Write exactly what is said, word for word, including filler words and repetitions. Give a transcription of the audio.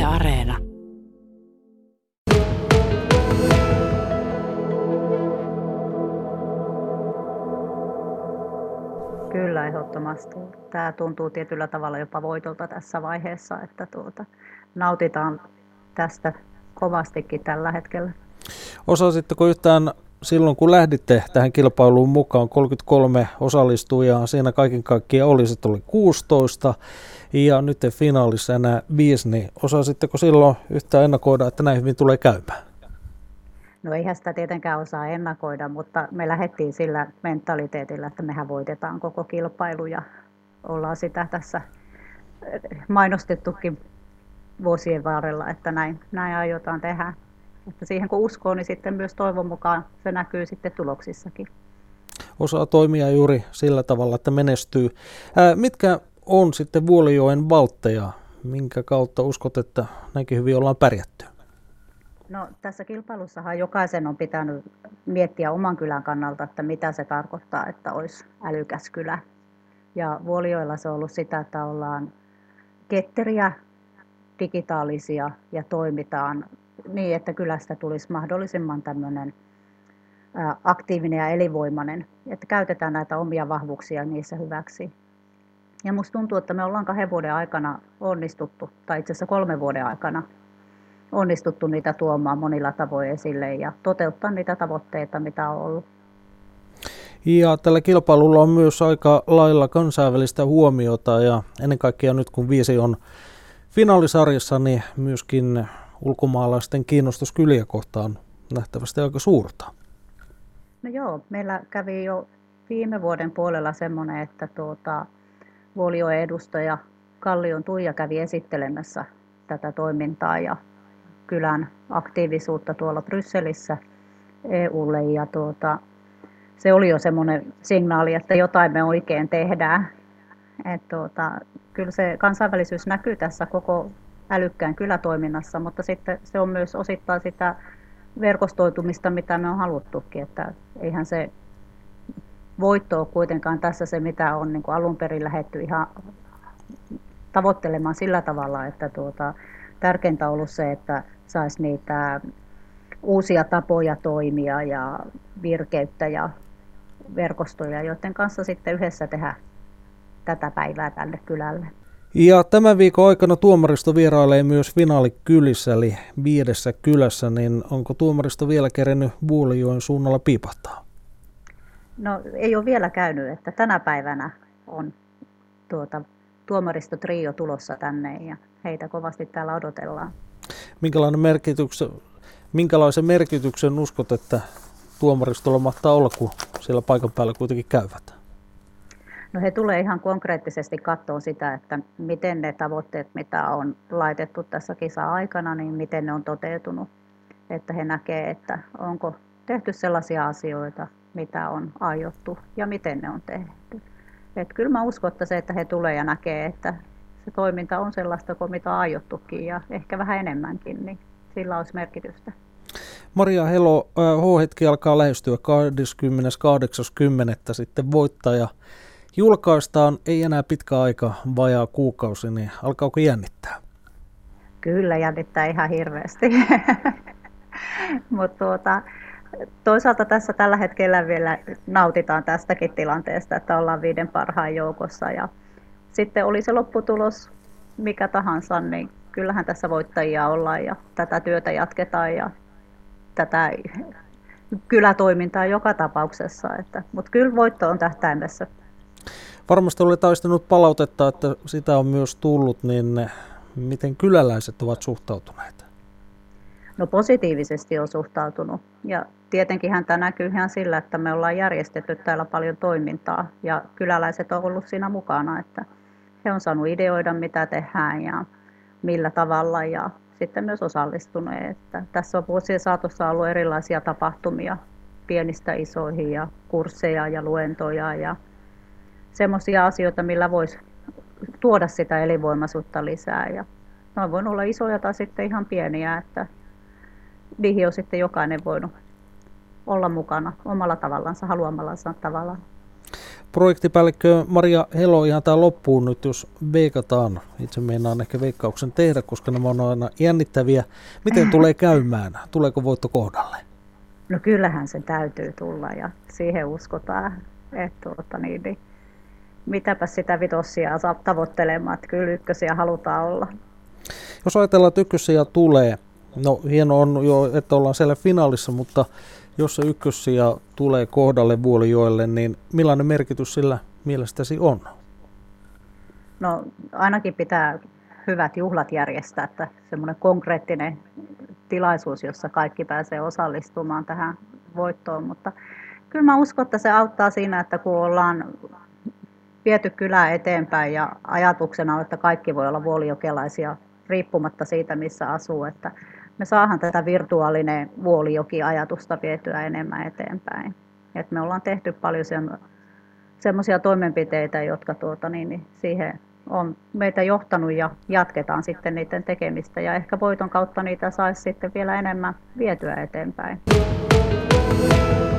Areena. Kyllä, ehdottomasti. Tämä tuntuu tietyllä tavalla jopa voitolta tässä vaiheessa, että tuota, nautitaan tästä kovastikin tällä hetkellä. Osasitteko yhtään silloin, kun lähditte tähän kilpailuun mukaan, kolmekymmentäkolme osallistujaa, siinä kaiken kaikkiaan oli, sitten oli kuusitoista ja nyt finaalissa enää viisi, niin osasitteko silloin yhtään ennakoida, että näin hyvin tulee käymään? No eihän sitä tietenkään osaa ennakoida, mutta me lähdettiin sillä mentaliteetillä, että mehän voitetaan koko kilpailu ja ollaan sitä tässä mainostettukin vuosien varrella, että näin, näin aiotaan tehdä. Että siihen kun uskoo, niin sitten myös toivon mukaan se näkyy sitten tuloksissakin. Osaa toimia juuri sillä tavalla, että menestyy. Ää, mitkä on sitten Vuolijoen valtteja? Minkä kautta uskot, että näinkin hyvin ollaan pärjätty? No, tässä kilpailussahan jokaisen on pitänyt miettiä oman kylän kannalta, että mitä se tarkoittaa, että olisi älykäs kylä. Ja Vuolijoella se on ollut sitä, että ollaan ketteriä, digitaalisia ja toimitaan niin, että kylästä tulisi mahdollisimman tämmöinen aktiivinen ja elinvoimainen, että käytetään näitä omia vahvuuksia niissä hyväksi. Ja musta tuntuu, että me ollaan kahden vuoden aikana onnistuttu, tai itse asiassa kolmen vuoden aikana onnistuttu niitä tuomaan monilla tavoin esille ja toteuttaa niitä tavoitteita, mitä on ollut. Ja tällä kilpailulla on myös aika lailla kansainvälistä huomiota ja ennen kaikkea nyt kun viisi on finaalisarjassa, niin myöskin ulkomaalaisten kiinnostus kyliä kohtaan nähtävästi aika suurta. No joo, meillä kävi jo viime vuoden puolella semmoinen, että tuota, Vuolijoen edustaja Kallion Tuija kävi esittelemässä tätä toimintaa ja kylän aktiivisuutta tuolla Brysselissä E U:lle ja tuota, se oli jo semmoinen signaali, että jotain me oikein tehdään. Et tuota, kyllä se kansainvälisyys näkyy tässä koko älykkään kylätoiminnassa, mutta sitten se on myös osittain sitä verkostoitumista, mitä me on haluttukin, että eihän se voitto ole kuitenkaan tässä se, mitä on niin kuin alun perin lähdetty ihan tavoittelemaan sillä tavalla, että tuota, tärkeintä on ollut se, että saisi niitä uusia tapoja toimia ja virkeyttä ja verkostoja, joiden kanssa sitten yhdessä tehdä tätä päivää tälle kylälle. Ja tämän viikon aikana tuomaristo vierailee myös finaalikylissä, eli viidessä kylässä, niin onko tuomaristo vielä kerennyt Vuolijoen suunnalla piipahtaa? No ei ole vielä käynyt, että tänä päivänä on tuota, tuomaristo trio tulossa tänne ja heitä kovasti täällä odotellaan. Minkälainen merkityksen, minkälaisen merkityksen uskot, että tuomaristolla mahtaa olla, kun siellä paikan päällä kuitenkin käyvät? No he tulee ihan konkreettisesti katsoa sitä, että miten ne tavoitteet, mitä on laitettu tässä kisa-aikana, niin miten ne on toteutunut. Että he näkee, että onko tehty sellaisia asioita, mitä on aiottu ja miten ne on tehty. Että kyllä mä uskon, että se, että he tulee ja näkee, että se toiminta on sellaista kuin mitä on aiottukin ja ehkä vähän enemmänkin, niin sillä olisi merkitystä. Maria Helo, H-hetki alkaa lähestyä kahdeskymmeneskahdeksas kymmenettä sitten voittaja julkaistaan, ei enää pitkä aika, vajaa kuukausi, niin alkaako jännittää? Kyllä jännittää ihan hirveästi, mutta tuota, toisaalta tässä tällä hetkellä vielä nautitaan tästäkin tilanteesta, että ollaan viiden parhaan joukossa ja sitten oli se lopputulos mikä tahansa, niin kyllähän tässä voittajia ollaan ja tätä työtä jatketaan ja tätä kylätoimintaa joka tapauksessa, että, mutta kyllä voitto on tähtäimessä. Varmasti olet taistanut palautetta, että sitä on myös tullut, niin miten kyläläiset ovat suhtautuneet? No positiivisesti on suhtautunut ja tietenkin tämä näkyy ihan sillä, että me ollaan järjestetty täällä paljon toimintaa ja kyläläiset on ollut siinä mukana, että he on saanut ideoida mitä tehdään ja millä tavalla ja sitten myös osallistuneet. Että tässä on vuosien saatossa ollut erilaisia tapahtumia pienistä isoihin ja kursseja ja luentoja ja semmoisia asioita, millä voisi tuoda sitä elinvoimaisuutta lisää. Ja ne on voinut olla isoja tai sitten ihan pieniä, että niihin on sitten jokainen voinut olla mukana omalla tavallansa, haluamallansa tavalla. Projektipäällikkö Maria Helo, ihan tämä loppuun nyt, jos veikataan. Itse meinaan ehkä veikkauksen tehdä, koska nämä on aina jännittäviä. Miten tulee käymään? Tuleeko voitto kohdalle? No kyllähän se täytyy tulla ja siihen uskotaan, että tuota, niin, niin, mitäpä sitä vitossia saa tavoittelemaan, että kyllä ykkösiä halutaan olla. Jos ajatellaan, että ykkösiä tulee, no hieno on jo, että ollaan siellä finaalissa, mutta jos se ykkösiä tulee kohdalle Vuolijoelle, niin millainen merkitys sillä mielestäsi on? No ainakin pitää hyvät juhlat järjestää, että semmoinen konkreettinen tilaisuus, jossa kaikki pääsee osallistumaan tähän voittoon, mutta kyllä mä uskon, että se auttaa siinä, että kun ollaan viety kylää eteenpäin ja ajatuksena on, että kaikki voi olla vuolijokelaisia riippumatta siitä, missä asuu, että me saadaan tätä virtuaalinen Vuolijoki-ajatusta vietyä enemmän eteenpäin. Et me ollaan tehty paljon semmoisia toimenpiteitä, jotka tuota, niin, niin siihen on meitä johtanut ja jatketaan sitten niiden tekemistä ja ehkä voiton kautta niitä saisi sitten vielä enemmän vietyä eteenpäin.